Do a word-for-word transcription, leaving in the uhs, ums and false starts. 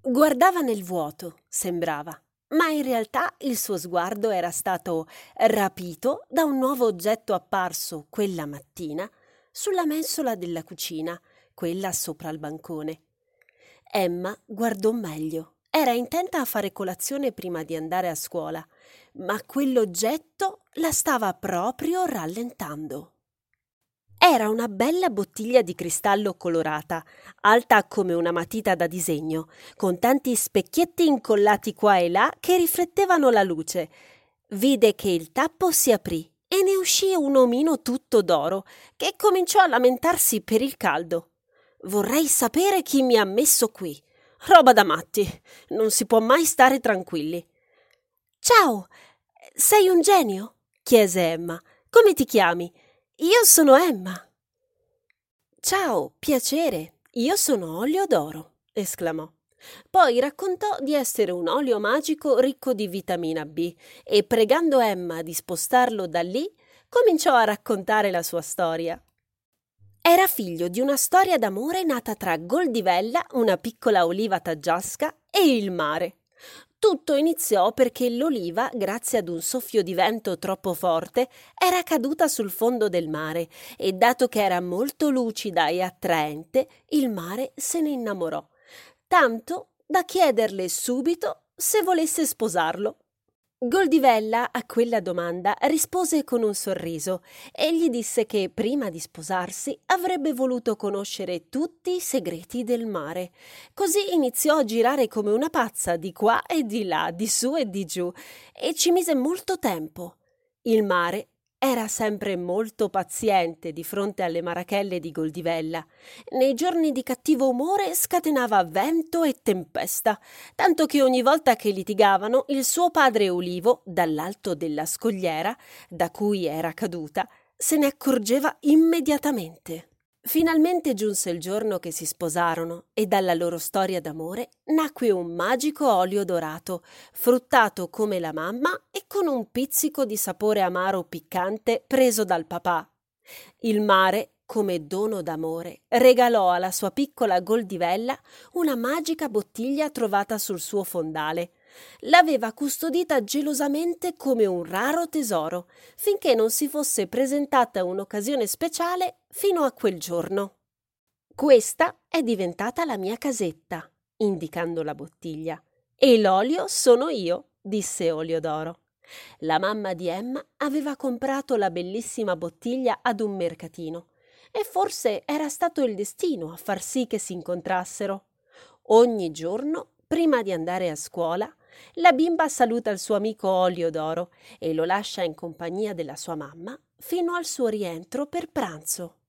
Guardava nel vuoto, sembrava, ma in realtà il suo sguardo era stato rapito da un nuovo oggetto apparso quella mattina sulla mensola della cucina, quella sopra il bancone. Emma guardò meglio. Era intenta a fare colazione prima di andare a scuola, ma quell'oggetto la stava proprio rallentando. Era una bella bottiglia di cristallo colorata, alta come una matita da disegno, con tanti specchietti incollati qua e là che riflettevano la luce. Vide che il tappo si aprì e ne uscì un omino tutto d'oro, che cominciò a lamentarsi per il caldo. «Vorrei sapere chi mi ha messo qui. Roba da matti. Non si può mai stare tranquilli». «Ciao, sei un genio?» chiese Emma. «Come ti chiami?» «Io sono Emma». «Ciao, piacere, io sono Olio d'Oro», esclamò. Poi raccontò di essere un olio magico ricco di vitamina B e, pregando Emma di spostarlo da lì, cominciò a raccontare la sua storia. Era figlio di una storia d'amore nata tra Goldivella, una piccola oliva taggiasca, e il mare. Tutto iniziò perché l'oliva, grazie ad un soffio di vento troppo forte, era caduta sul fondo del mare e, dato che era molto lucida e attraente, il mare se ne innamorò, tanto da chiederle subito se volesse sposarlo. Goldivella a quella domanda rispose con un sorriso e gli disse che prima di sposarsi avrebbe voluto conoscere tutti i segreti del mare. Così iniziò a girare come una pazza di qua e di là, di su e di giù, e ci mise molto tempo. Il mare era sempre molto paziente di fronte alle marachelle di Goldivella. Nei giorni di cattivo umore scatenava vento e tempesta, tanto che ogni volta che litigavano il suo padre Ulivo, dall'alto della scogliera, da cui era caduta, se ne accorgeva immediatamente. Finalmente giunse il giorno che si sposarono e dalla loro storia d'amore nacque un magico olio dorato, fruttato come la mamma e con un pizzico di sapore amaro piccante preso dal papà. Il mare, come dono d'amore, regalò alla sua piccola Goldivella una magica bottiglia trovata sul suo fondale. L'aveva custodita gelosamente come un raro tesoro, finché non si fosse presentata un'occasione speciale fino a quel giorno. «Questa è diventata la mia casetta», indicando la bottiglia. «E l'olio sono io», disse Olio d'Oro. La mamma di Emma aveva comprato la bellissima bottiglia ad un mercatino e forse era stato il destino a far sì che si incontrassero. Ogni giorno, prima di andare a scuola, la bimba saluta il suo amico Olio d'Oro e lo lascia in compagnia della sua mamma fino al suo rientro per pranzo.